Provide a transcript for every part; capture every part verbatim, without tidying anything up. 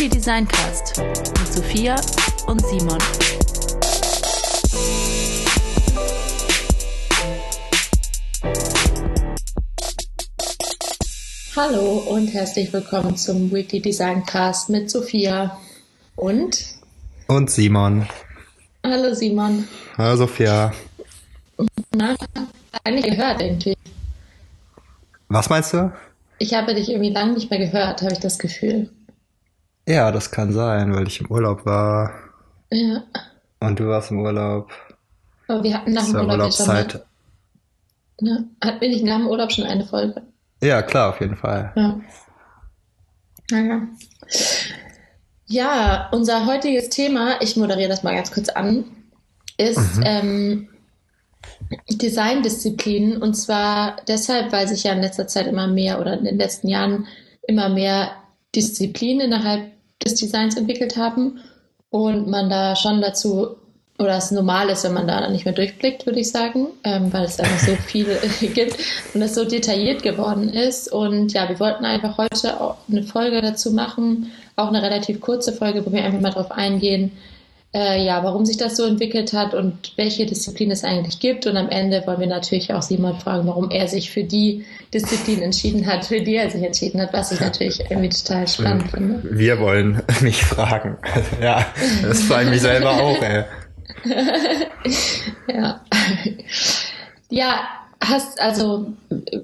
Weekly Design Cast mit Sophia und Simon. Hallo und herzlich willkommen zum Weekly Design Cast mit Sophia und und Simon. Hallo Simon. Hallo Sophia. Na, eigentlich gehört irgendwie. Was meinst du? Ich habe dich irgendwie lange nicht mehr gehört, habe ich das Gefühl. Ja, das kann sein, weil ich im Urlaub war. Ja. Und du warst im Urlaub. Aber wir hatten nach dem Urlaub schon mal, ne? Hatten wir nicht nach dem Urlaub schon eine Folge? Ja, klar, auf jeden Fall. Ja. Ja, ja, unser heutiges Thema, ich moderiere das mal ganz kurz an, ist mhm. ähm, Designdisziplinen. Und zwar deshalb, weil sich ja in letzter Zeit immer mehr oder in den letzten Jahren immer mehr Disziplinen innerhalb des Designs entwickelt haben und man da schon dazu, oder es normal ist, wenn man da nicht mehr durchblickt, würde ich sagen, ähm, weil es einfach so viel gibt und es so detailliert geworden ist. Und ja, wir wollten einfach heute auch eine Folge dazu machen, auch eine relativ kurze Folge, wo wir einfach mal drauf eingehen, äh, ja, warum sich das so entwickelt hat und welche Disziplin es eigentlich gibt. Und am Ende wollen wir natürlich auch Simon fragen, warum er sich für die Disziplin entschieden hat, für die er sich entschieden hat, was ich natürlich irgendwie total spannend finde. Wir wollen mich fragen. Ja, das frage ich mich selber auch, ey. ja. Ja, hast, also,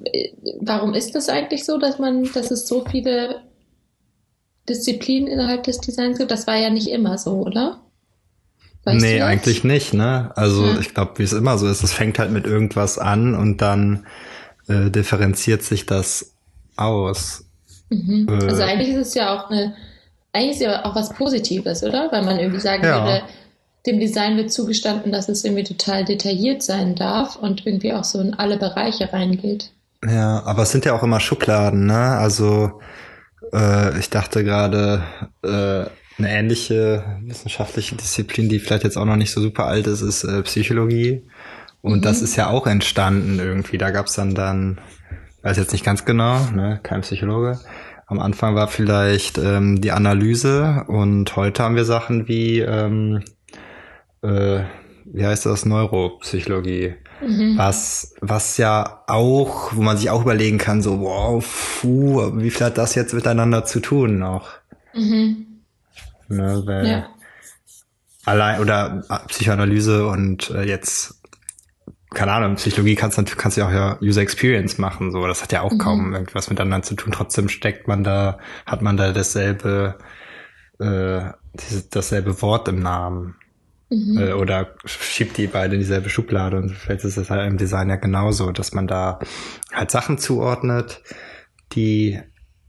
warum ist das eigentlich so, dass man, dass es so viele Disziplinen innerhalb des Designs gibt? Das war ja nicht immer so, oder? Weißt nee, eigentlich nicht, ne? Also, ja. Ich glaube, wie es immer so ist, es fängt halt mit irgendwas an und dann äh, differenziert sich das aus. Mhm. Äh, also eigentlich ist es ja auch eine, eigentlich ist ja auch was Positives, oder? Weil man irgendwie sagen ja. würde, dem Design wird zugestanden, dass es irgendwie total detailliert sein darf und irgendwie auch so in alle Bereiche reingeht. Ja, aber es sind ja auch immer Schubladen, ne? Also äh, ich dachte gerade, äh, eine ähnliche wissenschaftliche Disziplin, die vielleicht jetzt auch noch nicht so super alt ist, ist äh, Psychologie. Und mhm. das ist ja auch entstanden irgendwie. Da gab's dann dann, weiß jetzt nicht ganz genau, ne, kein Psychologe. Am Anfang war vielleicht ähm, die Analyse und heute haben wir Sachen wie ähm, Äh, wie heißt das, Neuropsychologie, mhm. was was ja auch, wo man sich auch überlegen kann, so wow, puh, wie viel hat das jetzt miteinander zu tun noch? Mhm. Ne, weil ja. allein oder Psychoanalyse und äh, jetzt keine Ahnung, Psychologie kannst du kannst du ja auch ja User Experience machen, so, das hat ja auch mhm. kaum irgendwas miteinander zu tun. Trotzdem steckt man da, hat man da dasselbe äh, dieses, dasselbe Wort im Namen. Mhm. Oder schiebt die beide in dieselbe Schublade und vielleicht ist es halt im Design ja genauso, dass man da halt Sachen zuordnet, die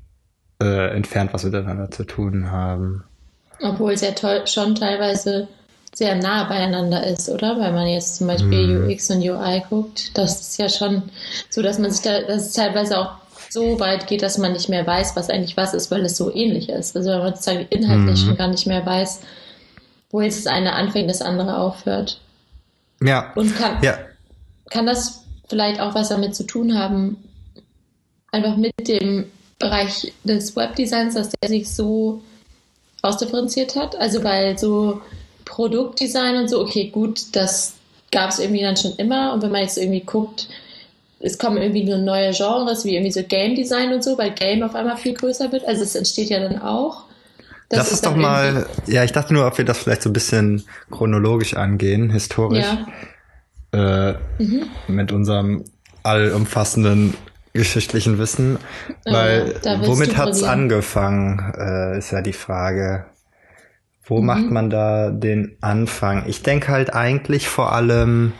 äh, entfernt was miteinander zu tun haben. Obwohl es ja to- schon teilweise sehr nah beieinander ist, oder? Weil man jetzt zum Beispiel mhm. U X und U I guckt, das ist ja schon so, dass man sich da, dass es teilweise auch so weit geht, dass man nicht mehr weiß, was eigentlich was ist, weil es so ähnlich ist. Also wenn man sozusagen inhaltlich mhm. schon gar nicht mehr weiß, wo jetzt das eine anfängt, das andere aufhört. Ja. Und kann, ja. kann das vielleicht auch was damit zu tun haben, einfach mit dem Bereich des Webdesigns, dass der sich so ausdifferenziert hat? Also weil so Produktdesign und so, okay, gut, das gab es irgendwie dann schon immer. Und wenn man jetzt irgendwie guckt, es kommen irgendwie nur neue Genres, wie irgendwie so Game Design und so, weil Game auf einmal viel größer wird. Also es entsteht ja dann auch. Das Lass uns doch mal, ja, ich dachte nur, ob wir das vielleicht so ein bisschen chronologisch angehen, historisch, ja. äh, mhm. mit unserem allumfassenden geschichtlichen Wissen, weil äh, womit hat's angefangen, äh, ist ja die Frage. Wo mhm. macht man da den Anfang? Ich denke halt eigentlich vor allem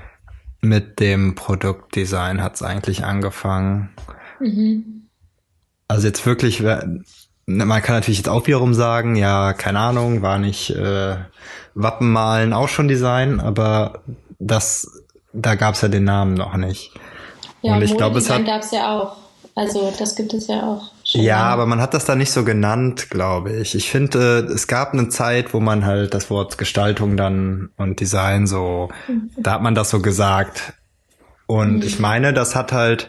mit dem Produktdesign hat's eigentlich angefangen. Mhm. Also jetzt wirklich... Man kann natürlich jetzt auch wiederum sagen, ja, keine Ahnung, war nicht äh, Wappenmalen auch schon Design, aber das, da gab's ja den Namen noch nicht. Ja, und ich glaube, es hat gab's ja auch. Also das gibt es ja auch schon. Ja, aber man hat das da nicht so genannt, glaube ich. Ich finde, äh, es gab eine Zeit, wo man halt das Wort Gestaltung dann und Design so, mhm. da hat man das so gesagt. Und mhm. ich meine, das hat halt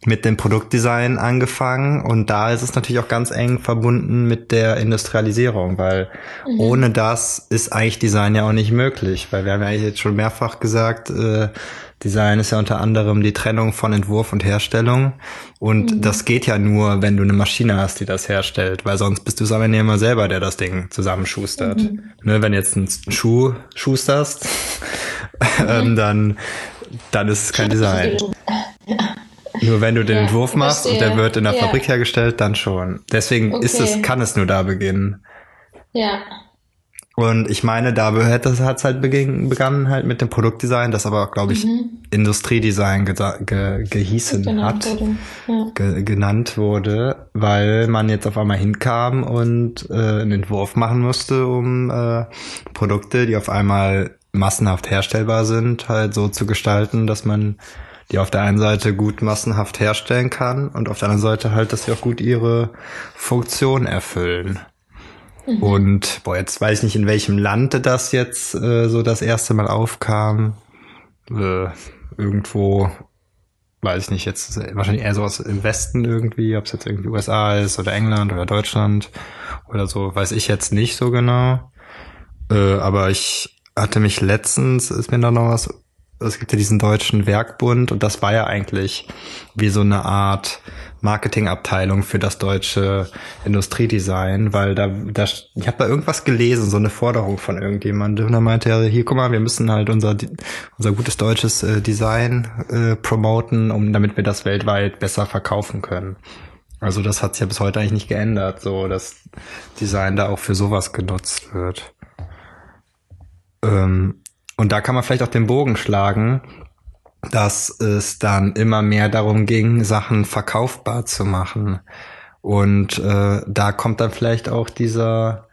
mit dem Produktdesign angefangen und da ist es natürlich auch ganz eng verbunden mit der Industrialisierung, weil mhm. ohne das ist eigentlich Design ja auch nicht möglich, weil wir haben ja jetzt schon mehrfach gesagt, äh, Design ist ja unter anderem die Trennung von Entwurf und Herstellung und mhm. das geht ja nur, wenn du eine Maschine hast, die das herstellt, weil sonst bist du es am Ende immer selber, der das Ding zusammenschustert. Mhm. Ne, wenn du jetzt einen Schuh schusterst, mhm. ähm, dann, dann ist es kein Design. Ja. Nur wenn du den ja, Entwurf machst verstehe. Und der wird in der ja. Fabrik hergestellt, dann schon. Deswegen okay. ist es, kann es nur da beginnen. Ja. Und ich meine, da hat es halt beginn, begonnen halt mit dem Produktdesign, das aber, glaube ich, mhm. Industriedesign ge, ge, gehießen genannt hat, wurde. Ja. Ge, genannt wurde, weil man jetzt auf einmal hinkam und äh, einen Entwurf machen musste, um äh, Produkte, die auf einmal massenhaft herstellbar sind, halt so zu gestalten, dass man die auf der einen Seite gut massenhaft herstellen kann und auf der anderen Seite halt, dass sie auch gut ihre Funktion erfüllen. Mhm. Und boah, jetzt weiß ich nicht, in welchem Land das jetzt äh, so das erste Mal aufkam. Äh, irgendwo, weiß ich nicht, jetzt wahrscheinlich eher sowas im Westen irgendwie, ob es jetzt irgendwie U S A ist oder England oder Deutschland oder so, weiß ich jetzt nicht so genau. Äh, aber ich hatte mich letztens, ist mir da noch was, es gibt ja diesen Deutschen Werkbund und das war ja eigentlich wie so eine Art Marketingabteilung für das deutsche Industriedesign, weil da, da ich habe da irgendwas gelesen, so eine Forderung von irgendjemandem, und da meinte er, hier, guck mal, wir müssen halt unser unser gutes deutsches äh, Design äh, promoten, um damit wir das weltweit besser verkaufen können. Also das hat sich ja bis heute eigentlich nicht geändert, so dass Design da auch für sowas genutzt wird. Ähm, Und da kann man vielleicht auch den Bogen schlagen, dass es dann immer mehr darum ging, Sachen verkaufbar zu machen. Und äh, da kommt dann vielleicht auch dieser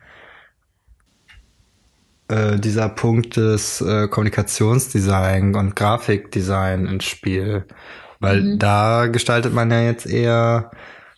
äh, dieser Punkt des äh, Kommunikationsdesign und Grafikdesign ins Spiel. Weil mhm. da gestaltet man ja jetzt eher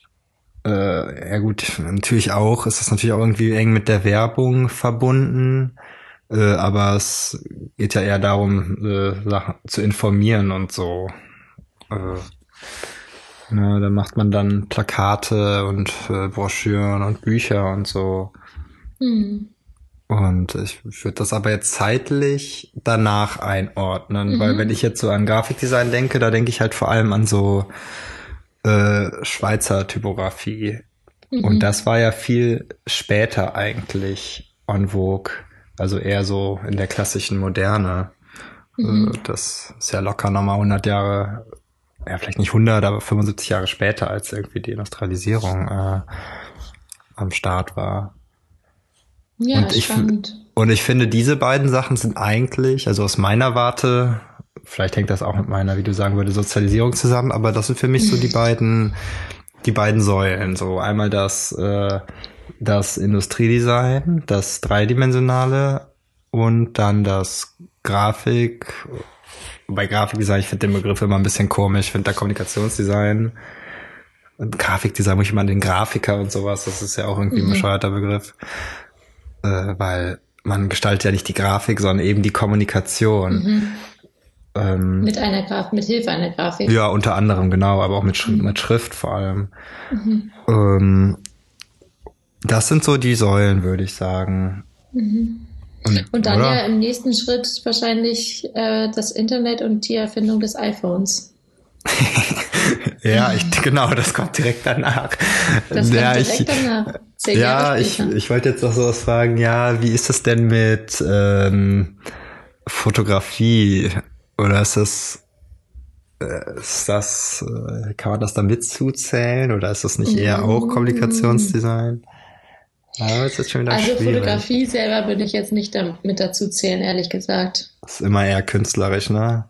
äh, ja gut, natürlich auch, ist das natürlich auch irgendwie eng mit der Werbung verbunden. Äh, aber es geht ja eher darum, äh, Sachen zu informieren und so. Äh, ne, da macht man dann Plakate und äh, Broschüren und Bücher und so. Mhm. Und ich würde das aber jetzt zeitlich danach einordnen, mhm. weil wenn ich jetzt so an Grafikdesign denke, da denke ich halt vor allem an so äh, Schweizer Typografie. Mhm. Und das war ja viel später eigentlich en vogue. Also eher so in der klassischen Moderne. Mhm. Das ist ja locker nochmal hundert Jahre, ja vielleicht nicht hundert, aber fünfundsiebzig Jahre später, als irgendwie die Industrialisierung äh, am Start war. Ja, und ich, spannend. Und ich finde, diese beiden Sachen sind eigentlich, also aus meiner Warte, vielleicht hängt das auch mit meiner, wie du sagen würdest, Sozialisierung zusammen, aber das sind für mich so die beiden, die beiden Säulen. So einmal das äh, das Industriedesign, das Dreidimensionale und dann das Grafik. Bei Grafikdesign, ich finde den Begriff immer ein bisschen komisch, ich finde da Kommunikationsdesign und Grafikdesign, muss ich mal an den Grafiker und sowas, das ist ja auch irgendwie ein mhm. bescheuerter Begriff, äh, weil man gestaltet ja nicht die Grafik, sondern eben die Kommunikation. Mhm. Ähm, mit einer Grafik, mit Hilfe einer Grafik. Ja, unter anderem, genau, aber auch mit, Sch- mhm. mit Schrift vor allem. Mhm. Ähm, Das sind so die Säulen, würde ich sagen. Mhm. Und, und dann oder? Ja im nächsten Schritt wahrscheinlich äh, das Internet und die Erfindung des iPhones. Ja, ich, genau, das kommt direkt danach. Das kommt ja, direkt ich, danach. Zehn ja, Jahre ich, ich wollte jetzt noch sowas fragen, ja, wie ist es denn mit ähm, Fotografie? Oder ist das, äh, ist das, äh, kann man das da mit zuzählen? Oder ist das nicht eher mm. auch Kommunikationsdesign? Ja, ist jetzt schon wieder also schwierig. Fotografie selber würde ich jetzt nicht da, mit dazu zählen, ehrlich gesagt. Das ist immer eher künstlerisch, ne?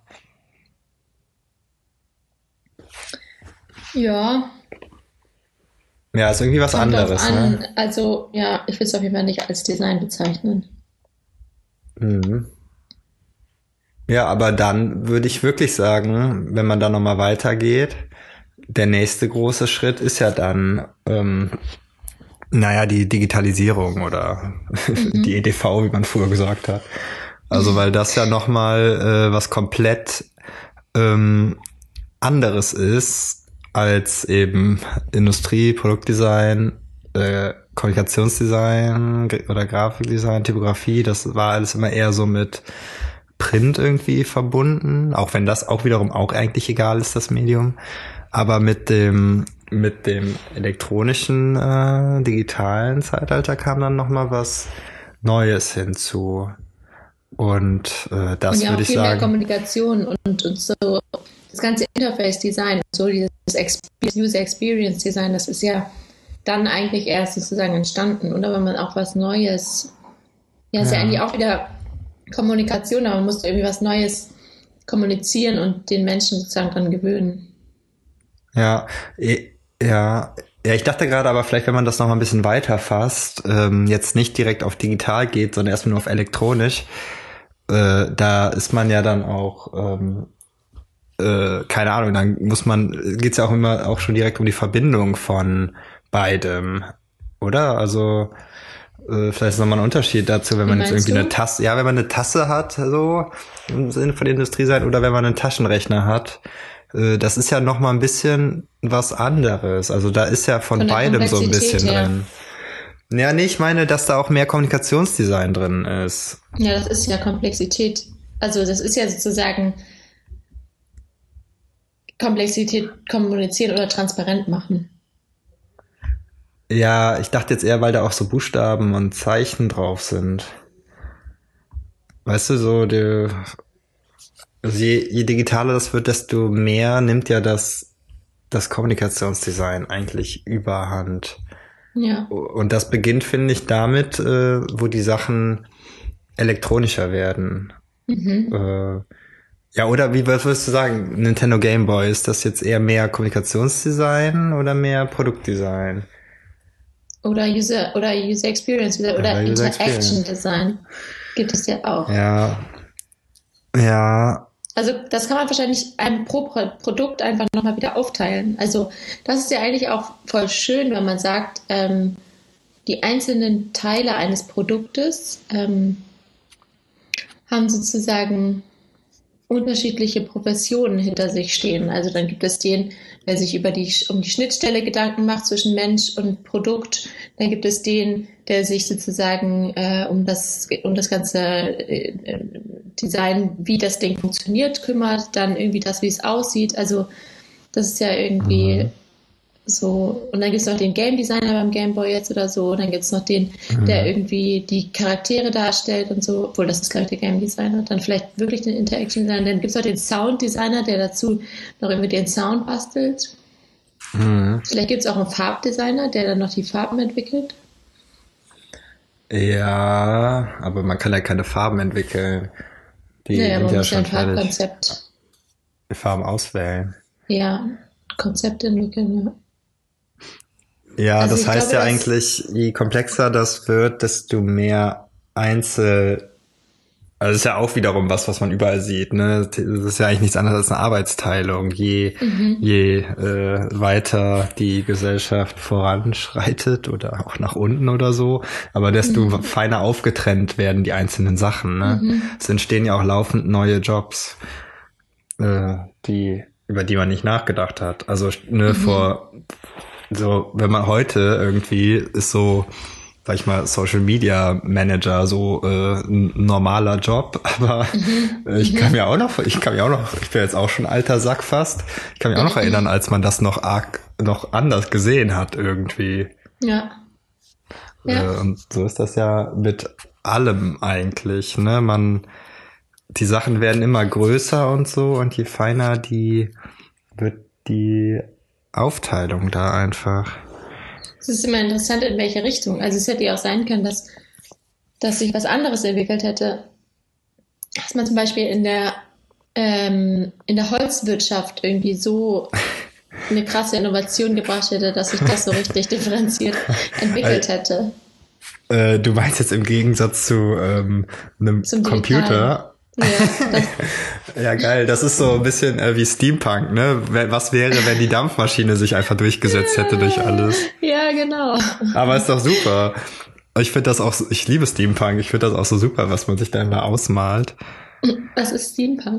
Ja. Ja, ist irgendwie was Kommt anderes, an. ne? Also, ja, ich will es auf jeden Fall nicht als Design bezeichnen. Mhm. Ja, aber dann würde ich wirklich sagen, wenn man da nochmal weitergeht, der nächste große Schritt ist ja dann, ähm, naja, die Digitalisierung oder mhm. die E D V, wie man früher gesagt hat. Also, weil das ja nochmal äh, was komplett ähm, anderes ist als eben Industrie, Produktdesign, äh, Kommunikationsdesign oder Grafikdesign, Typografie, das war alles immer eher so mit Print irgendwie verbunden, auch wenn das auch wiederum auch eigentlich egal ist, das Medium. Aber mit dem mit dem elektronischen, äh, digitalen Zeitalter kam dann nochmal was Neues hinzu. Und äh, das und ja, würde auch ich viel mehr sagen. Kommunikation und, und so das ganze Interface-Design, so dieses User-Experience-Design, das ist ja dann eigentlich erst sozusagen entstanden. Oder wenn man auch was Neues, ja, ist ja, ja eigentlich auch wieder Kommunikation, aber man muss irgendwie was Neues kommunizieren und den Menschen sozusagen dran gewöhnen. Ja, ja, ja, ich dachte gerade, aber vielleicht, wenn man das noch mal ein bisschen weiter fasst, ähm, jetzt nicht direkt auf digital geht, sondern erstmal nur auf elektronisch, äh, da ist man ja dann auch, ähm, äh, keine Ahnung, dann muss man, geht's ja auch immer auch schon direkt um die Verbindung von beidem, oder? Also äh, vielleicht ist nochmal ein Unterschied dazu, wenn Wie man jetzt irgendwie meinst du? eine Tasse, ja, wenn man eine Tasse hat, so im Sinne von Industrie sein, oder wenn man einen Taschenrechner hat. Das ist ja noch mal ein bisschen was anderes. Also da ist ja von, Von der beidem so ein bisschen Komplexität her. drin. Ja, nee, ich meine, dass da auch mehr Kommunikationsdesign drin ist. Ja, das ist ja Komplexität. Also das ist ja sozusagen Komplexität kommunizieren oder transparent machen. Ja, ich dachte jetzt eher, weil da auch so Buchstaben und Zeichen drauf sind. Weißt du, so die, also je, je digitaler das wird, desto mehr nimmt ja das, das Kommunikationsdesign eigentlich überhand. Ja. Und das beginnt, finde ich, damit, äh, wo die Sachen elektronischer werden. Mhm. Äh, ja, oder wie was würdest du sagen? Nintendo Game Boy, ist das jetzt eher mehr Kommunikationsdesign oder mehr Produktdesign? Oder User oder User Experience oder, oder Oder User Interaction Experience. Design gibt es ja auch. Ja. Ja. Also das kann man wahrscheinlich einem pro Pro- Produkt einfach nochmal wieder aufteilen. Also das ist ja eigentlich auch voll schön, wenn man sagt, ähm, die einzelnen Teile eines Produktes ähm, haben sozusagen unterschiedliche Professionen hinter sich stehen. Also dann gibt es den, der sich über die, um die Schnittstelle Gedanken macht zwischen Mensch und Produkt. Dann gibt es den, der sich sozusagen äh, um das um das ganze äh, Design, wie das Ding funktioniert, kümmert. Dann irgendwie das, wie es aussieht. Also das ist ja irgendwie Mhm. so. Und dann gibt es noch den Game Designer beim Game Boy jetzt oder so. Und dann gibt es noch den, der irgendwie die Charaktere darstellt und so. Obwohl, das ist, glaube ich, der Game Designer. Dann vielleicht wirklich den Interaction Designer. Dann gibt es noch den Sound Designer, der dazu noch irgendwie den Sound bastelt. Mhm. Vielleicht gibt es auch einen Farbdesigner, der dann noch die Farben entwickelt. Ja, aber man kann ja keine Farben entwickeln. Die Naja, sind man ja muss ja schon ein fertig. Farbkonzept, Die Farben auswählen. ja, Konzept entwickeln, ja. Ja, Also das ich heißt glaube, ja dass- eigentlich, je komplexer das wird, desto mehr Einzel... Also das ist ja auch wiederum was, was man überall sieht, ne? Das ist ja eigentlich nichts anderes als eine Arbeitsteilung. Je, je äh, weiter die Gesellschaft voranschreitet oder auch nach unten oder so, aber desto feiner aufgetrennt werden die einzelnen Sachen, ne? Es entstehen ja auch laufend neue Jobs, äh, die über die man nicht nachgedacht hat. Also ne, vor so, wenn man heute irgendwie ist so, sag ich mal, Social Media Manager, so äh, ein normaler Job, aber äh, ich kann mir auch noch, ich kann mir auch noch, ich bin jetzt auch schon alter Sack fast, ich kann mich auch noch erinnern, als man das noch arg, noch anders gesehen hat irgendwie. Ja. Ja. Äh, und so ist das ja mit allem eigentlich, ne? Man, die Sachen werden immer größer und so, und je feiner die wird die Aufteilung da einfach. Es ist immer interessant, in welche Richtung. Also es hätte ja auch sein können, dass, dass sich was anderes entwickelt hätte. Dass man zum Beispiel in der, ähm, in der Holzwirtschaft irgendwie so eine krasse Innovation gebracht hätte, dass sich das so richtig differenziert entwickelt hätte. Äh, du meinst jetzt im Gegensatz zu ähm, einem Zum Computer. Ja, das, Ja, geil. Das ist so ein bisschen äh, wie Steampunk, ne? Wer- Was wäre, wenn die Dampfmaschine sich einfach durchgesetzt hätte durch alles? ja, genau. Aber ist doch super. Ich finde das auch, so, ich liebe Steampunk. Ich finde das auch so super, was man sich da immer ausmalt. Was ist Steampunk?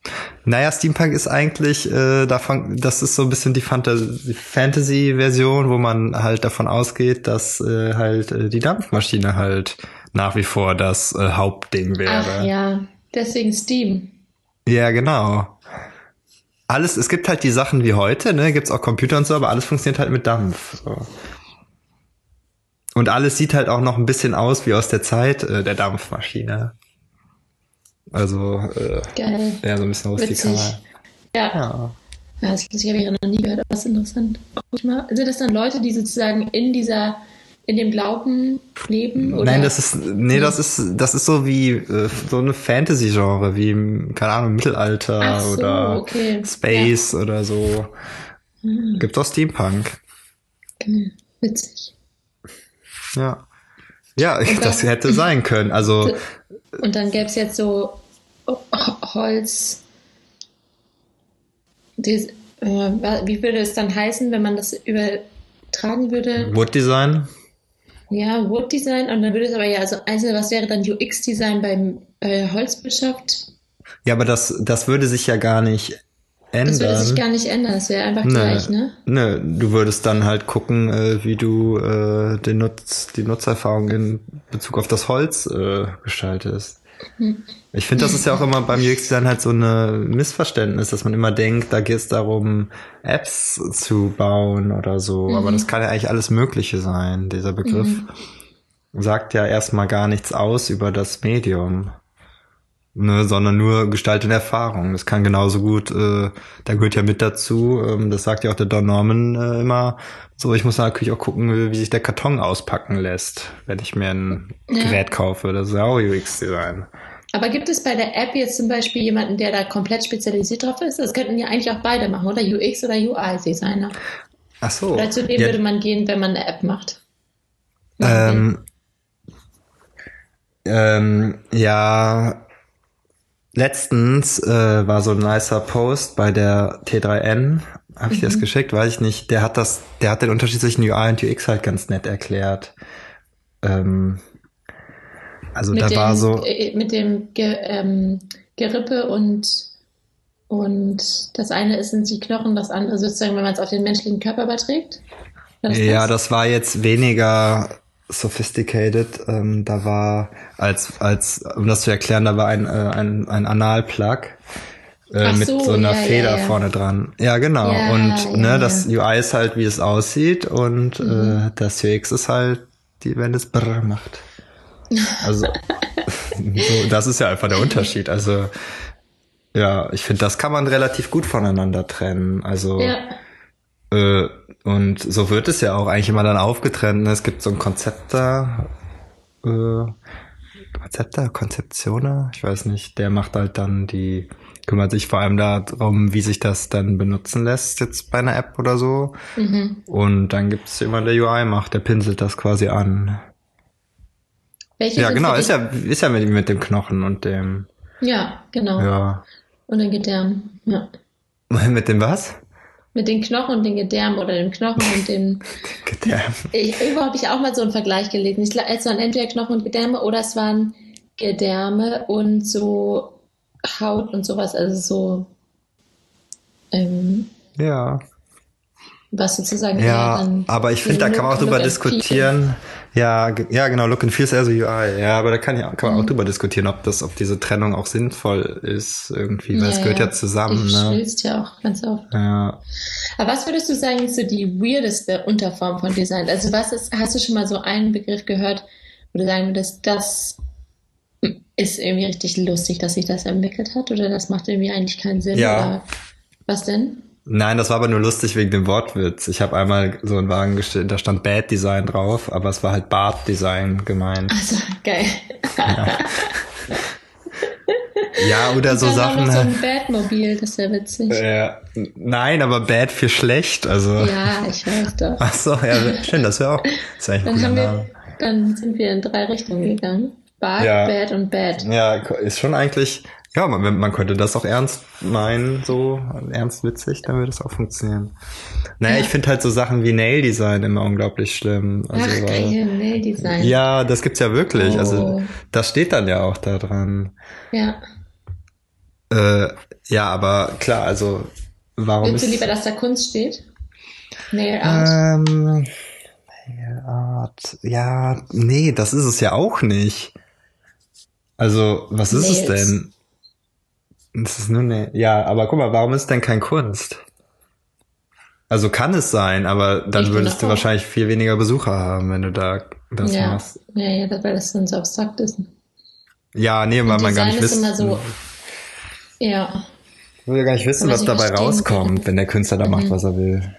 Naja, Steampunk ist eigentlich äh, davon, das ist so ein bisschen die Fantas- Fantasy-Version, wo man halt davon ausgeht, dass äh, halt äh, die Dampfmaschine halt nach wie vor das äh, Hauptding wäre. Ach ja, deswegen Steam. Ja, genau. Alles, es gibt halt die Sachen wie heute, ne, gibt's auch Computer und so, aber alles funktioniert halt mit Dampf. So. Und alles sieht halt auch noch ein bisschen aus wie aus der Zeit äh, der Dampfmaschine. Also, äh, Geil. ja, so ein bisschen rustikaler. Ja. Ja. Ja, das habe ich ja noch nie gehört, aber das ist interessant. Sind das dann Leute, die sozusagen in dieser, in dem Glauben leben? Oder? Nein, das ist, nee, das ist, das ist so wie äh, so eine Fantasy-Genre, wie, keine Ahnung, Mittelalter Ach so, oder okay. Space Ja. oder so. Hm. Gibt auch Steampunk. Genau. Witzig. Ja. Ja, Und das dann- hätte sein können. Also, Und dann gäbe es jetzt so Holz. Dies, äh, wie würde es dann heißen, wenn man das übertragen würde? Wood Design? Ja, Wood Design. Und dann würde es aber ja, also einzelne, was wäre dann U X Design beim äh, Holzwirtschaft? Ja, aber das, das würde sich ja gar nicht ändern. Das würde sich gar nicht ändern. Das wäre einfach Nö. gleich, ne? Nö, du würdest dann halt gucken, äh, wie du äh, den Nutz, die Nutzererfahrung in Bezug auf das Holz äh, gestaltest. Hm. Ich finde, das ist ja auch immer beim U X-Design halt so ein Missverständnis, dass man immer denkt, da geht es darum, Apps zu bauen oder so. Mhm. Aber das kann ja eigentlich alles Mögliche sein. Dieser Begriff Mhm. sagt ja erstmal gar nichts aus über das Medium. Ne, sondern nur gestaltende Erfahrung. Das kann genauso gut, äh, da gehört ja mit dazu, ähm, das sagt ja auch der Don Norman äh, immer, so, ich muss natürlich auch gucken, wie sich der Karton auspacken lässt, wenn ich mir ein Ja. Gerät kaufe. Das ist ja auch U X-Design. Aber gibt es bei der App jetzt zum Beispiel jemanden, der da komplett spezialisiert drauf ist? Das könnten ja eigentlich auch beide machen, oder? U X oder U I-Designer. Ach so. Oder zu dem Ja, würde man gehen, wenn man eine App macht. ähm, ähm, ja, letztens äh, war so ein nicer Post bei der T drei N, habe ich dir das Mhm. geschickt, weiß ich nicht. Der hat das, der hat den Unterschied zwischen U I und U X halt ganz nett erklärt. Ähm, also mit da dem, war so, äh, mit dem Ge, ähm, Gerippe und, und das eine ist, sind die Knochen, das andere sozusagen, wenn man es auf den menschlichen Körper überträgt. War das ja, das? das war jetzt weniger sophisticated. Ähm, da war als als um das zu erklären, da war ein äh, ein ein Analplug äh, Ach mit so, so einer ja, ja, Feder ja. vorne dran. Ja, genau. Ja, und ja, ne, ja. das U I ist halt, wie es aussieht, und Mhm. äh, das U X ist halt, die, wenn es brr macht. Also so, das ist ja einfach der Unterschied. Also ja, ich finde, das kann man relativ gut voneinander trennen. Also Ja. äh, und so wird es ja auch eigentlich immer dann aufgetrennt. Ne? Es gibt so ein Konzept da, äh, Konzepter, Konzeptioner, ich weiß nicht, der macht halt dann die, kümmert sich vor allem darum, wie sich das dann benutzen lässt jetzt bei einer App oder so. Mhm. Und dann gibt es jemanden, der U I macht, der pinselt das quasi an. Welche Ja, sind genau, für ist dich- ja, ist ja mit, mit dem Knochen und dem, Ja, genau. ja. Und den Gedärm. Ja. Mit dem was? Mit den Knochen und den Gedärm oder dem Knochen und dem. Gedärm. Ich, irgendwo habe ich auch mal so einen Vergleich gelesen. Ich, glaub, es waren entweder Knochen und Gedärme oder es waren Gedärme und so Haut und sowas. Also so, ähm, Ja. was sozusagen eher Ja, dann. aber ich finde, da kann man auch Look- drüber Look and Feel. diskutieren. Ja, ge- ja, genau, Look and Feel ist eher so U I. Ja, aber da kann, ja, kann man Mhm. auch drüber diskutieren, ob das, ob diese Trennung auch sinnvoll ist irgendwie, weil es gehört ja zusammen, Ich ne? schwillst ja auch ganz oft. Ja. Aber was würdest du sagen, ist so die weirdeste Unterform von Design? Also was ist, hast du schon mal so einen Begriff gehört, wo du sagen würdest, das ist irgendwie richtig lustig, dass sich das entwickelt hat, oder das macht irgendwie eigentlich keinen Sinn? Ja. Oder was denn? Nein, das war aber nur lustig wegen dem Wortwitz. Ich habe einmal so einen Wagen gestellt, da stand Bad Design drauf, aber es war halt Bart Design gemeint. Also geil. Ja, oder so Dann auch Sachen. noch so halt. ein Batmobil, das ist ja witzig. Äh, nein, aber Bad für schlecht, also. Ja, ich weiß doch. Ach so, ja, schön, das wäre auch, das ist eigentlich ein Dann guter haben Name. wir, dann sind wir in drei Richtungen gegangen. Bad, Ja. Bad und Bad. Ja, ist schon eigentlich, ja, man, man könnte das auch ernst meinen, so ernst witzig, dann würde das auch funktionieren. Naja, Ja. ich finde halt so Sachen wie Nail Design immer unglaublich schlimm. Also, Ach, weil- geil, Nail-Design. ja, das gibt's ja wirklich. Oh. Also das steht dann ja auch da dran. Ja. Äh, Ja, aber klar, also warum Willst du ist... lieber, dass da Kunst steht? Nail Art. Ähm, Nail Art. Ja, nee, das ist es ja auch nicht. Also, was ist es Nails. denn? Das ist nur eine... Ja, aber guck mal, warum ist denn kein Kunst? Also kann es sein, aber dann Ich bin würdest du davor. wahrscheinlich viel weniger Besucher haben, wenn du da das Ja, machst. ja, ja, das- weil das dann so abstrakt ist. Ja, nee, weil Und man gar Design nicht ist immer wissen... so, ja. Ich will ja gar nicht wissen, Wenn man was sich dabei verstehen rauskommt, kann. wenn der Künstler da macht, was er will.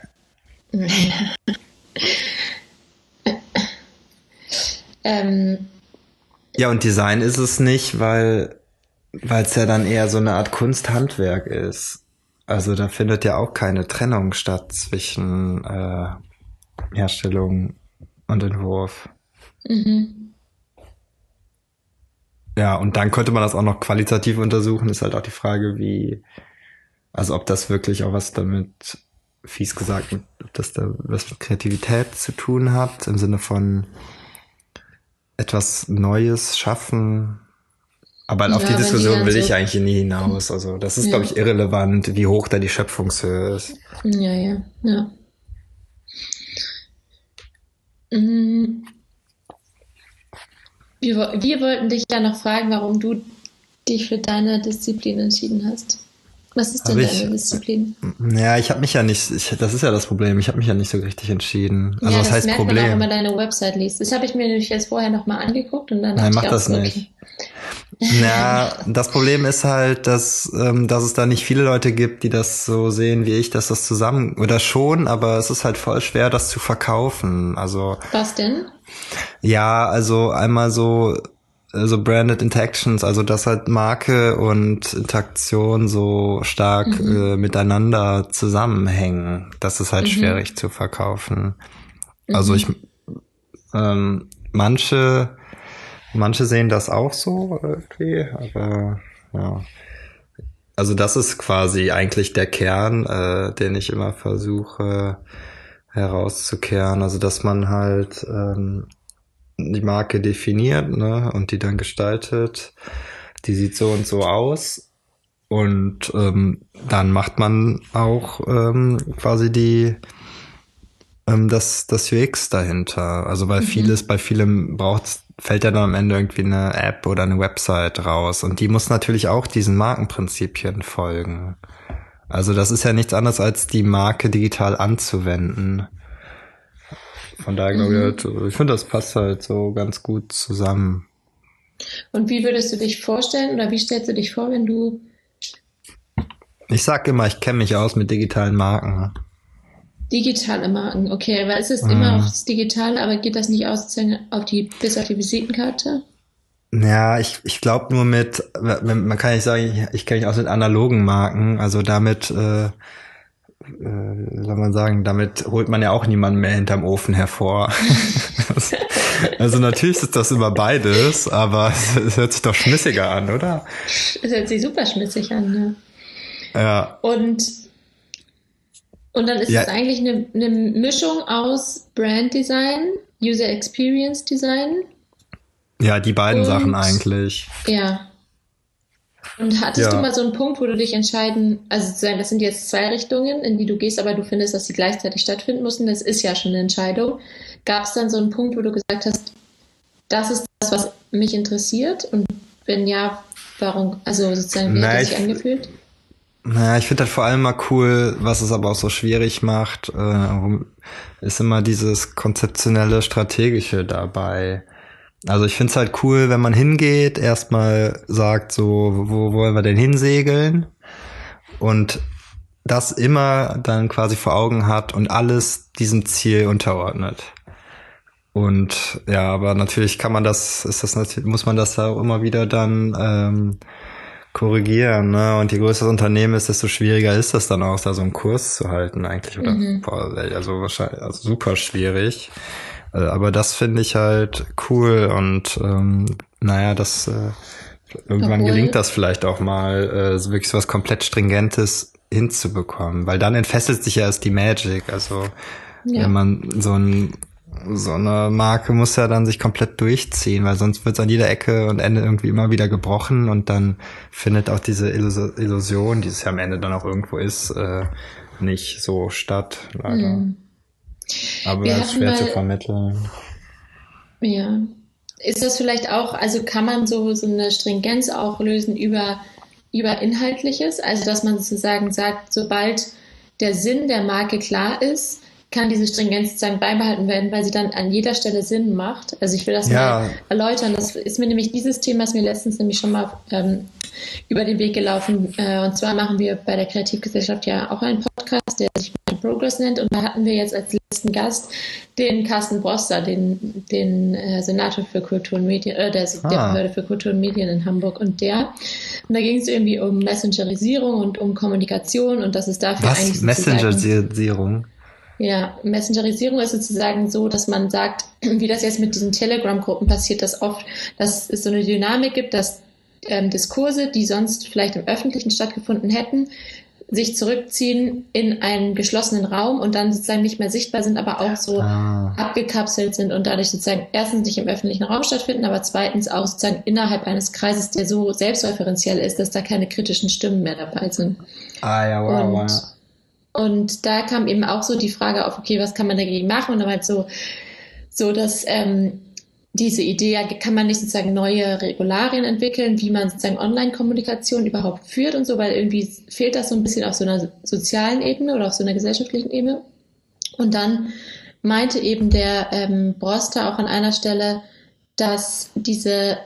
ähm, Ja, und Design ist es nicht, weil weil es ja dann eher so eine Art Kunsthandwerk ist. Also da findet ja auch keine Trennung statt zwischen äh, Herstellung und Entwurf. mhm. Ja, und dann könnte man das auch noch qualitativ untersuchen. Ist halt auch die Frage, wie, also ob das wirklich auch was damit, fies gesagt, ob das da was mit Kreativität zu tun hat, im Sinne von etwas Neues schaffen. Aber auf Ja, die wenn die Diskussion dann will so- ich eigentlich nie hinaus. Also das ist, Ja. glaube ich, irrelevant, wie hoch da die Schöpfungshöhe ist. Ja, ja, ja. Mm. Wir, wo- wir wollten dich ja noch fragen, warum du dich für deine Disziplin entschieden hast. Was ist denn Hab ich- deine Disziplin? Ja, ich habe mich ja nicht, ich, das ist ja das Problem, ich habe mich ja nicht so richtig entschieden. Also ja, was das heißt merkt man auch, Problem? wenn man deine Website liest. Das habe ich mir nämlich jetzt vorher nochmal angeguckt und dann Nein, dachte mach ich das auch so, nicht. okay. Ja, das Problem ist halt, dass, ähm, dass es da nicht viele Leute gibt, die das so sehen wie ich, dass das zusammen, oder schon, aber es ist halt voll schwer, das zu verkaufen. Also, Was denn? ja, also einmal so, äh, so Branded Interactions, also dass halt Marke und Interaktion so stark äh, miteinander zusammenhängen. Das ist halt Mhm. schwierig zu verkaufen. Also ich, ähm, manche, manche sehen das auch so irgendwie, aber ja. Also das ist quasi eigentlich der Kern, äh, den ich immer versuche herauszukehren. Also dass man halt ähm, die Marke definiert, ne, und die dann gestaltet. Die sieht so und so aus. Und ähm, dann macht man auch ähm, quasi die ähm, das das U X dahinter. Also weil vieles, bei vielem braucht fällt ja dann am Ende irgendwie eine App oder eine Website raus. Und die muss natürlich auch diesen Markenprinzipien folgen. Also das ist ja nichts anderes als die Marke digital anzuwenden. Von daher glaube ich, halt, ich finde, das passt halt so ganz gut zusammen. Und wie würdest du dich vorstellen oder wie stellst du dich vor, wenn du Ich sag immer, ich kenne mich aus mit digitalen Marken. digitale Marken, okay, weil es ist Mhm. immer aufs Digitale, aber geht das nicht aus sozusagen auf die, bis auf die Visitenkarte? Ja, ich, ich glaube nur mit, man kann nicht sagen, ich, ich kenne mich aus mit analogen Marken, also damit, äh, äh, wie soll man sagen, damit holt man ja auch niemanden mehr hinterm Ofen hervor. Also natürlich ist das immer beides, aber es, es hört sich doch schmissiger an, oder? Das hört sich super schmissig an, ja. Ja, Und, und dann ist Ja. es eigentlich eine, eine Mischung aus Brand Design, User Experience Design. ja, die beiden Und- Sachen eigentlich. Ja. Und hattest Ja. du mal so einen Punkt, wo du dich entscheiden, also sozusagen, das sind jetzt zwei Richtungen, in die du gehst, aber du findest, dass sie gleichzeitig stattfinden müssen, das ist ja schon eine Entscheidung. Gab es dann so einen Punkt, wo du gesagt hast, das ist das, was mich interessiert? Und wenn ja, warum, also sozusagen, wie hat Nein, das sich ich- angefühlt? Naja, ich finde halt vor allem mal cool, was es aber auch so schwierig macht, äh, ist immer dieses konzeptionelle, strategische dabei. Also ich finde es halt cool, wenn man hingeht, erstmal sagt so, wo wollen wir denn hinsegeln? Und das immer dann quasi vor Augen hat und alles diesem Ziel unterordnet. Und ja, aber natürlich kann man das, ist das natürlich, muss man das auch immer wieder dann ähm, korrigieren, ne? Und je größer das Unternehmen ist, desto schwieriger ist das dann auch, da so einen Kurs zu halten eigentlich. Oder boah, also wahrscheinlich also super schwierig. Äh, Aber das finde ich halt cool und ähm, naja, das äh, irgendwann Obwohl- gelingt das vielleicht auch mal, äh, so wirklich so was komplett Stringentes hinzubekommen, weil dann entfesselt sich ja erst die Magic. Also Ja. wenn man so ein so eine Marke muss ja dann sich komplett durchziehen, weil sonst wird es an jeder Ecke und Ende irgendwie immer wieder gebrochen und dann findet auch diese Illus- Illusion, die es ja am Ende dann auch irgendwo ist, äh, nicht so statt, leider. Mhm. Aber Wir das ist schwer mal, zu vermitteln. Ja. Ist das vielleicht auch, also kann man so, so eine Stringenz auch lösen über, über Inhaltliches? Also dass man sozusagen sagt, sobald der Sinn der Marke klar ist, kann diese Stringenz sozusagen beibehalten werden, weil sie dann an jeder Stelle Sinn macht. Also ich will das ja. mal erläutern. Das ist mir nämlich dieses Thema, ist mir letztens nämlich schon mal ähm, über den Weg gelaufen. Äh, und zwar machen wir bei der Kreativgesellschaft ja auch einen Podcast, der sich Progress nennt. Und da hatten wir jetzt als letzten Gast den Carsten Broster, den, den äh, Senator für Kultur und Medien, äh, der, ah. der Behörde für Kultur und Medien in Hamburg. Und der, und da ging es irgendwie um Messengerisierung und um Kommunikation und das ist dafür Was? eigentlich Messengerisierung? Ja, Messengerisierung ist sozusagen so, dass man sagt, wie das jetzt mit diesen Telegram-Gruppen passiert, dass oft, dass es so eine Dynamik gibt, dass ähm, Diskurse, die sonst vielleicht im Öffentlichen stattgefunden hätten, sich zurückziehen in einen geschlossenen Raum und dann sozusagen nicht mehr sichtbar sind, aber auch so ah. abgekapselt sind und dadurch sozusagen erstens nicht im öffentlichen Raum stattfinden, aber zweitens auch sozusagen innerhalb eines Kreises, der so selbstreferenziell ist, dass da keine kritischen Stimmen mehr dabei sind. Ah ja, wow, und, wow. Und da kam eben auch so die Frage auf, okay, was kann man dagegen machen? Und dann halt so, so dass ähm, diese Idee, ja, kann man nicht sozusagen neue Regularien entwickeln, wie man sozusagen Online-Kommunikation überhaupt führt und so, weil irgendwie fehlt das so ein bisschen auf so einer sozialen Ebene oder auf so einer gesellschaftlichen Ebene. Und dann meinte eben der ähm, Broster auch an einer Stelle, dass diese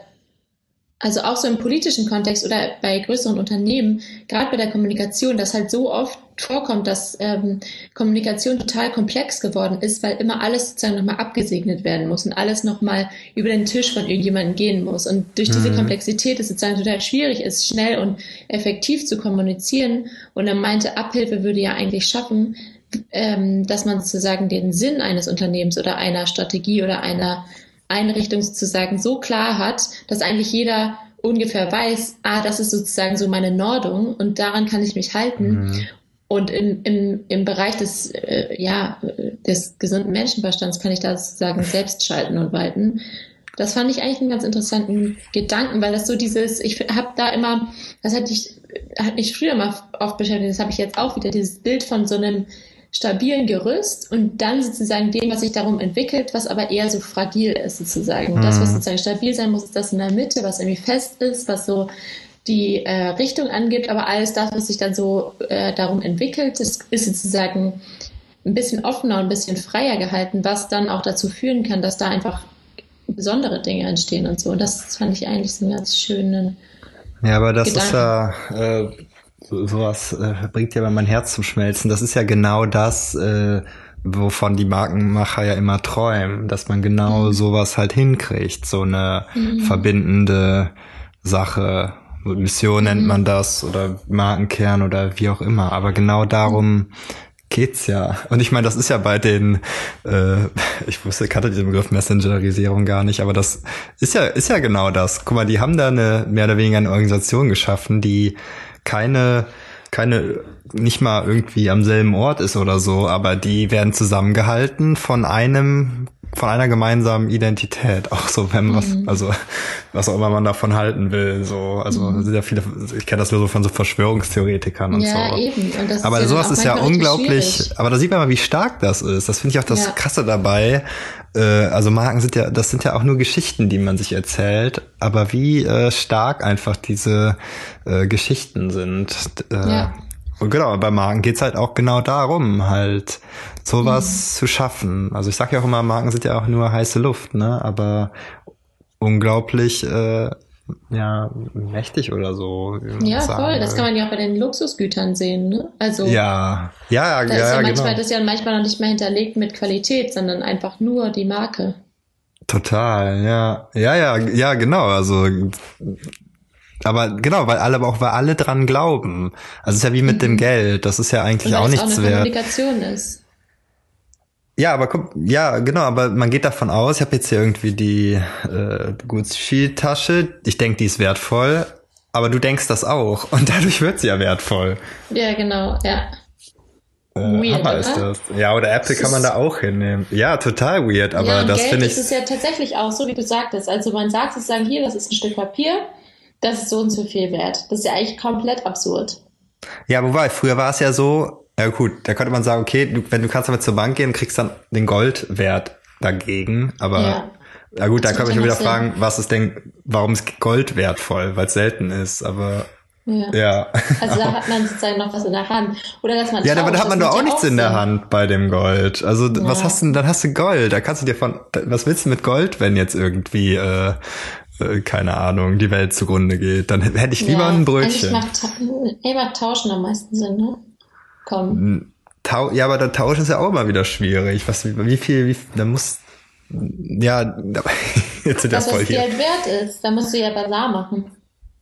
also auch so im politischen Kontext oder bei größeren Unternehmen, gerade bei der Kommunikation, das halt so oft vorkommt, dass ähm, Kommunikation total komplex geworden ist, weil immer alles sozusagen nochmal abgesegnet werden muss und alles nochmal über den Tisch von irgendjemandem gehen muss. Und durch diese mhm. Komplexität es sozusagen total schwierig ist, schnell und effektiv zu kommunizieren. Und er meinte, Abhilfe würde ja eigentlich schaffen, ähm, dass man sozusagen den Sinn eines Unternehmens oder einer Strategie oder einer Einrichtung sozusagen so klar hat, dass eigentlich jeder ungefähr weiß, ah, das ist sozusagen so meine Nordung und daran kann ich mich halten. Mhm. Und im, im, im Bereich des, äh, ja, des gesunden Menschenverstands kann ich da sozusagen selbst schalten und walten. Das fand ich eigentlich einen ganz interessanten Gedanken, weil das so dieses, ich habe da immer, das hatte ich, hat mich früher mal oft beschäftigt, das habe ich jetzt auch wieder, dieses Bild von so einem stabilen Gerüst und dann sozusagen dem, was sich darum entwickelt, was aber eher so fragil ist sozusagen. Mhm. Das, was sozusagen stabil sein muss, ist das in der Mitte, was irgendwie fest ist, was so die äh, Richtung angibt, aber alles das, was sich dann so äh, darum entwickelt, das ist sozusagen ein bisschen offener und ein bisschen freier gehalten, was dann auch dazu führen kann, dass da einfach besondere Dinge entstehen und so. Und das fand ich eigentlich so einen ganz schönen Ja, aber das Gedanken. ist ja äh So, sowas äh, bringt ja mein Herz zum Schmelzen. Das ist ja genau das, äh, wovon die Markenmacher ja immer träumen, dass man genau mhm. sowas halt hinkriegt, so eine mhm. verbindende Sache. Mission mhm. nennt man das oder Markenkern oder wie auch immer. Aber genau darum geht's ja. Und ich meine, das ist ja bei den, äh, ich wusste, ich kannte den Begriff Messengerisierung gar nicht, aber das ist ja, ist ja genau das. Guck mal, die haben da eine mehr oder weniger eine Organisation geschaffen, die keine, keine, nicht mal irgendwie am selben Ort ist oder so, aber die werden zusammengehalten von einem, von einer gemeinsamen Identität. Auch so, wenn was, mhm. also, was auch immer man davon halten will, so, also, mhm. sind ja viele, ich kenne das nur so von so Verschwörungstheoretikern und ja, so. Ja, eben. Und das aber ist sowas ja ist ja unglaublich, aber da sieht man mal, wie stark das ist. Das finde ich auch das ja. Krasse dabei. Also Marken sind ja, das sind ja auch nur Geschichten, die man sich erzählt, aber wie äh, stark einfach diese äh, Geschichten sind. Äh, ja. Und genau, bei Marken geht's halt auch genau darum, halt sowas mhm. zu schaffen. Also ich sag ja auch immer, Marken sind ja auch nur heiße Luft, ne? Aber unglaublich äh, ja mächtig oder so. Ja, sagen, voll. Das kann man ja auch bei den Luxusgütern sehen, ne? Also ja, ja, ja, da ja, ist ja ja manchmal, genau. Das ist ja manchmal noch nicht mehr hinterlegt mit Qualität, sondern einfach nur die Marke. Total, ja, ja, ja, ja, genau. Also aber genau, weil alle, aber auch weil alle dran glauben. Also es ist ja wie mit mhm. dem Geld. Das ist ja eigentlich auch nichts auch eine wert. Kommunikation ist. Ja, aber guck, ja, genau, aber man geht davon aus, ich habe jetzt hier irgendwie die äh, Gucci-Tasche, ich denke, die ist wertvoll, aber du denkst das auch und dadurch wird sie ja wertvoll. Ja, genau, ja. Äh, Weird, Hammer ist oder? das. Ja, oder Apple Das kann man ist- da auch hinnehmen. Ja, total weird, aber ja, und das Geld finde ist ich. es ja tatsächlich auch so, wie du sagtest. Also man sagt sozusagen, hier, das ist ein Stück Papier, das ist so und so viel wert. Das ist ja eigentlich komplett absurd. Ja, wobei, früher war es ja so, ja gut, da konnte man sagen, okay, du, wenn du kannst damit zur Bank gehen, kriegst dann den Goldwert dagegen, aber Ja. ja gut, da Das kann man macht schon ja wieder noch Sinn. fragen, was ist denn, warum ist Gold wertvoll, weil es selten ist, aber Ja. ja. Also da hat man sozusagen noch was in der Hand. Oder dass man Ja, aber tauscht, da hat man das doch auch macht ja nichts in der Sinn. Hand bei dem Gold. Also d- was Ja. hast du denn, dann hast du Gold, da kannst du dir von, was willst du mit Gold, wenn jetzt irgendwie, äh, äh, keine Ahnung, die Welt zugrunde geht, dann hätte ich lieber Ja, ein eigentlich Brötchen. macht, Ta- ey, macht Tauschen am meisten Sinn, ne? Komm. Tau ja, aber der Tausch ist ja auch immer wieder schwierig. Was, wie viel, wie, da muss, ja, da- jetzt sind wir Was voll das hier. Geld wert ist, da musst du ja Basar machen.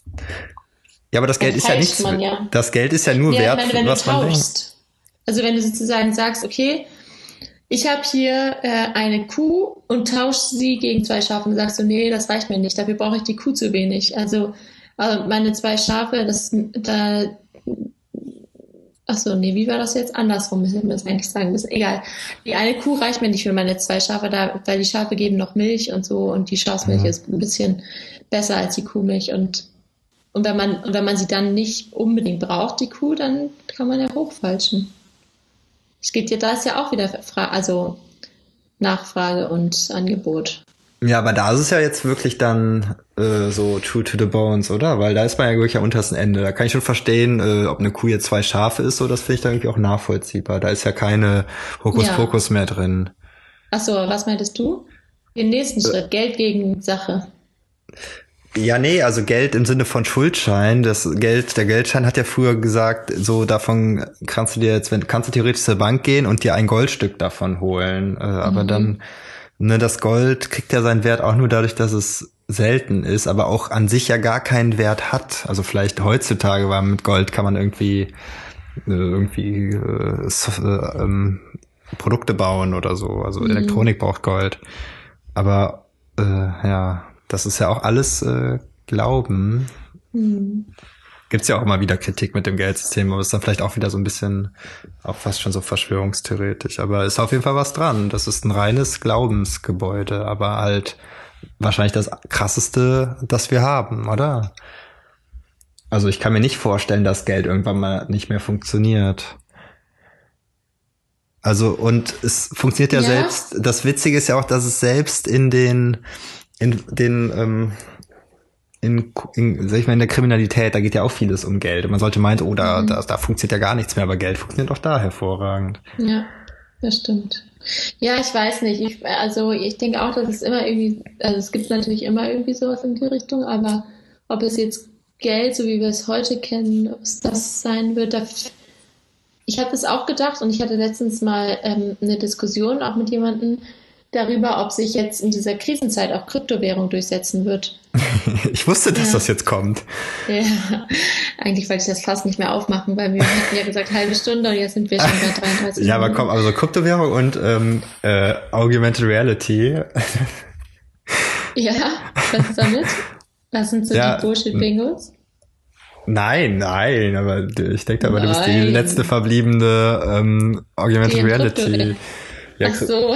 Ja, aber das Geld Dann ist ja feilscht nichts. man ja. Das Geld ist ja nur Ja, ich wert, meine, wenn du was man denkt. tauschst. Also wenn du sozusagen sagst, okay, ich habe hier äh, eine Kuh und tauschst sie gegen zwei Schafe und sagst du, nee, das reicht mir nicht, dafür brauche ich die Kuh zu wenig. Also äh, meine zwei Schafe, das da ach so, nee, wie war das jetzt? Andersrum müssen wir es eigentlich sagen müssen. Egal. Die eine Kuh reicht mir nicht für meine zwei Schafe, da, weil die Schafe geben noch Milch und so und die Schafsmilch Mhm. ist ein bisschen besser als die Kuhmilch und und wenn man und wenn man sie dann nicht unbedingt braucht, die Kuh, dann kann man ja hochfalschen. Es geht ja, da ist ja auch wieder Fra also Nachfrage und Angebot. Ja, aber da ist es ja jetzt wirklich dann äh, so true to the bones, oder? Weil da ist man ja wirklich am untersten Ende. Da kann ich schon verstehen, äh, ob eine Kuh jetzt zwei Schafe ist, so das finde ich dann irgendwie auch nachvollziehbar. Da ist ja keine Hokuspokus mehr drin. Ach so, was meintest du? Den nächsten Schritt, Geld gegen Sache. Ja, nee, also Geld im Sinne von Schuldschein. Das Geld, der Geldschein hat ja früher gesagt, so davon kannst du dir jetzt, wenn kannst du theoretisch zur Bank gehen und dir ein Goldstück davon holen. Äh, aber Mhm. dann, ne, das Gold kriegt ja seinen Wert auch nur dadurch, dass es selten ist, aber auch an sich ja gar keinen Wert hat. Also vielleicht heutzutage, weil mit Gold kann man irgendwie äh, irgendwie äh, so, äh, ähm, Produkte bauen oder so. Also Mhm. Elektronik braucht Gold. Aber äh, ja, das ist ja auch alles äh, Glauben. Hm. Gibt's ja auch immer wieder Kritik mit dem Geldsystem, aber ist dann vielleicht auch wieder so ein bisschen, auch fast schon so verschwörungstheoretisch. Aber ist auf jeden Fall was dran. Das ist ein reines Glaubensgebäude, aber halt wahrscheinlich das krasseste, das wir haben, oder? Also ich kann mir nicht vorstellen, dass Geld irgendwann mal nicht mehr funktioniert. Also, und es funktioniert ja, Ja. selbst, das Witzige ist ja auch, dass es selbst in den, in den, ähm, in, in, sag ich mal, in der Kriminalität, da geht ja auch vieles um Geld. Und man sollte meinen, oh, da, Mhm. da, da funktioniert ja gar nichts mehr, aber Geld funktioniert auch da hervorragend. Ja, das stimmt. Ja, ich weiß nicht. Ich, also ich denke auch, dass es immer irgendwie, also es gibt natürlich immer irgendwie sowas in die Richtung, aber ob es jetzt Geld, so wie wir es heute kennen, ob es das sein wird, da, ich habe das auch gedacht und ich hatte letztens mal ähm, eine Diskussion auch mit jemandem darüber, ob sich jetzt in dieser Krisenzeit auch Kryptowährung durchsetzen wird. Ich wusste, dass Ja. das jetzt kommt. Ja, eigentlich wollte ich das fast nicht mehr aufmachen, weil wir hatten ja gesagt halbe Stunde und jetzt sind wir schon bei dreiunddreißig Ja, aber Minuten. komm, also Kryptowährung und ähm, äh, Augmented Reality. Ja, was ist damit? Was sind so Ja. die Bullshit-Bingos? Nein, nein, aber ich denke aber, du bist die Nein. letzte verbliebene ähm, Augmented Die in Reality. Krypto- Ja, Ach so.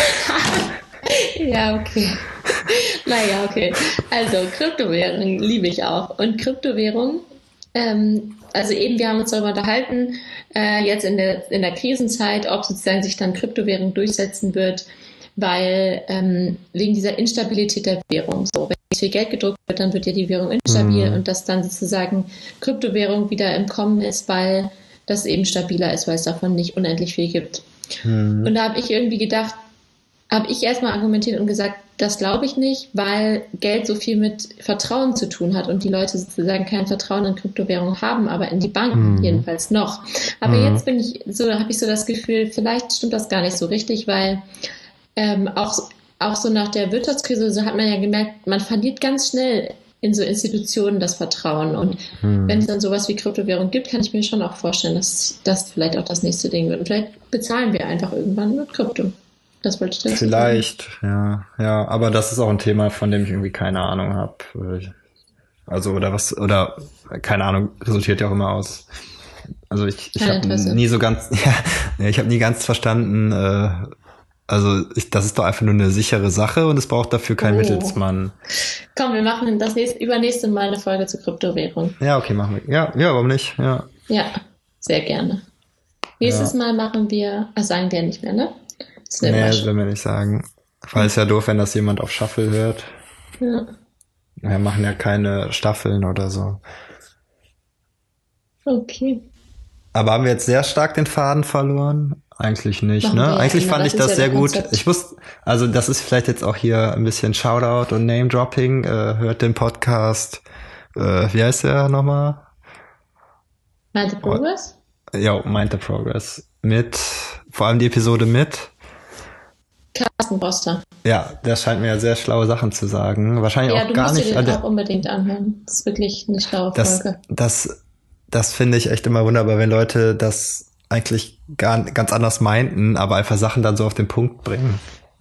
Ja, okay. Naja, okay. Also Kryptowährung liebe ich auch. Und Kryptowährung, ähm, also eben, wir haben uns darüber unterhalten, äh, jetzt in der, in der Krisenzeit, ob sozusagen sich dann Kryptowährung durchsetzen wird, weil ähm, wegen dieser Instabilität der Währung. So, wenn jetzt viel Geld gedruckt wird, dann wird ja die Währung instabil Mhm. und dass dann sozusagen Kryptowährung wieder im Kommen ist, weil das eben stabiler ist, weil es davon nicht unendlich viel gibt. Hm. Und da habe ich irgendwie gedacht, habe ich erstmal argumentiert und gesagt, das glaube ich nicht, weil Geld so viel mit Vertrauen zu tun hat und die Leute sozusagen kein Vertrauen in Kryptowährungen haben, aber in die Banken Mhm. jedenfalls noch. Aber Mhm. jetzt bin ich so, habe ich so das Gefühl, vielleicht stimmt das gar nicht so richtig, weil ähm, auch, auch so nach der Wirtschaftskrise, so hat man ja gemerkt, man verliert ganz schnell in so Institutionen das Vertrauen. Und Hm. wenn es dann sowas wie Kryptowährung gibt, kann ich mir schon auch vorstellen, dass das vielleicht auch das nächste Ding wird. Und vielleicht bezahlen wir einfach irgendwann mit Krypto. Das wollte ich dazu sagen. Vielleicht, ja, ja, aber das ist auch ein Thema, von dem ich irgendwie keine Ahnung habe. Also, oder was, oder keine Ahnung, resultiert ja auch immer aus Also ich, ich Kein habe Interesse. nie so ganz, ja, ich habe nie ganz verstanden, äh, also ich, das ist doch einfach nur eine sichere Sache und es braucht dafür keinen Oh. Mittelsmann. Komm, wir machen das nächste, übernächste Mal eine Folge zur Kryptowährung. Ja, okay, machen wir. Ja, ja, warum nicht? Ja. Ja, sehr gerne. Nächstes Ja. Mal machen wir, ah, sagen wir nicht mehr, ne? Das ist eine Nee, das Überraschung. werden wir nicht sagen. Weil es ja doof, wenn das jemand auf Shuffle hört. Ja. Wir machen ja keine Staffeln oder so. Okay. Aber haben wir jetzt sehr stark den Faden verloren? Eigentlich nicht, Machen wir ne? ja Eigentlich immer, fand das ich ist das ja sehr der gut. Konzept. Ich wusste, also das ist vielleicht jetzt auch hier ein bisschen Shoutout und Name-Dropping. Äh, hört den Podcast, äh, wie heißt der nochmal? Mind the Progress? Ja, Mind the Progress. Mit, vor allem die Episode mit. Carsten Boster. Ja, der scheint mir ja sehr schlaue Sachen zu sagen. Wahrscheinlich Ja, auch du gar musst dir nicht. den also, auch unbedingt anhören. Das ist wirklich eine schlaue das, Folge. das, das finde ich echt immer wunderbar, wenn Leute das eigentlich gar, ganz anders meinten, aber einfach Sachen dann so auf den Punkt bringen.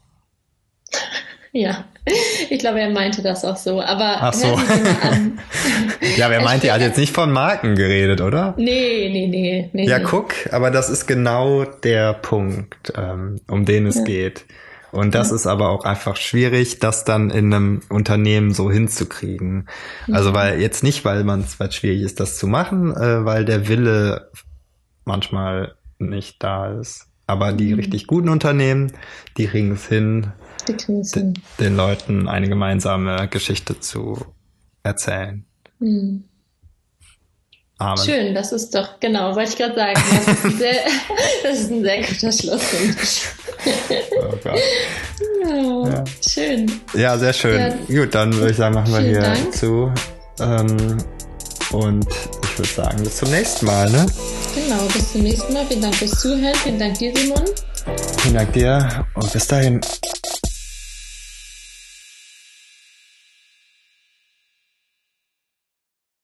Ja, ich glaube, er meinte das auch so. Aber Ach so. hören Sie mal an. Ja, wer Er meinte, er hat spricht- jetzt nicht von Marken geredet, oder? Nee, nee, nee. nee Ja, nee. guck, aber das ist genau der Punkt, ähm, um den es Ja. geht. Und das ist aber auch einfach schwierig, das dann in einem Unternehmen so hinzukriegen. Also weil jetzt nicht, weil man es weil es schwierig ist, das zu machen, äh, weil der Wille manchmal nicht da ist. Aber die Mhm. richtig guten Unternehmen, die kriegen es hin, Die kriegen es hin. den Leuten eine gemeinsame Geschichte zu erzählen. Hm. Amen. Schön, das ist doch, genau, wollte ich gerade sagen. Das ist, ein sehr, das ist ein sehr guter Schlusspunkt. Oh Gott. Ja, Ja. schön. Ja, sehr schön. Ja. Gut, dann würde ich sagen, machen wir Vielen hier Dank. zu. Ähm, und ich würde sagen, bis zum nächsten Mal, ne? Genau, bis zum nächsten Mal. Vielen Dank fürs Zuhören. Vielen Dank dir, Simon. Vielen Dank dir und bis dahin.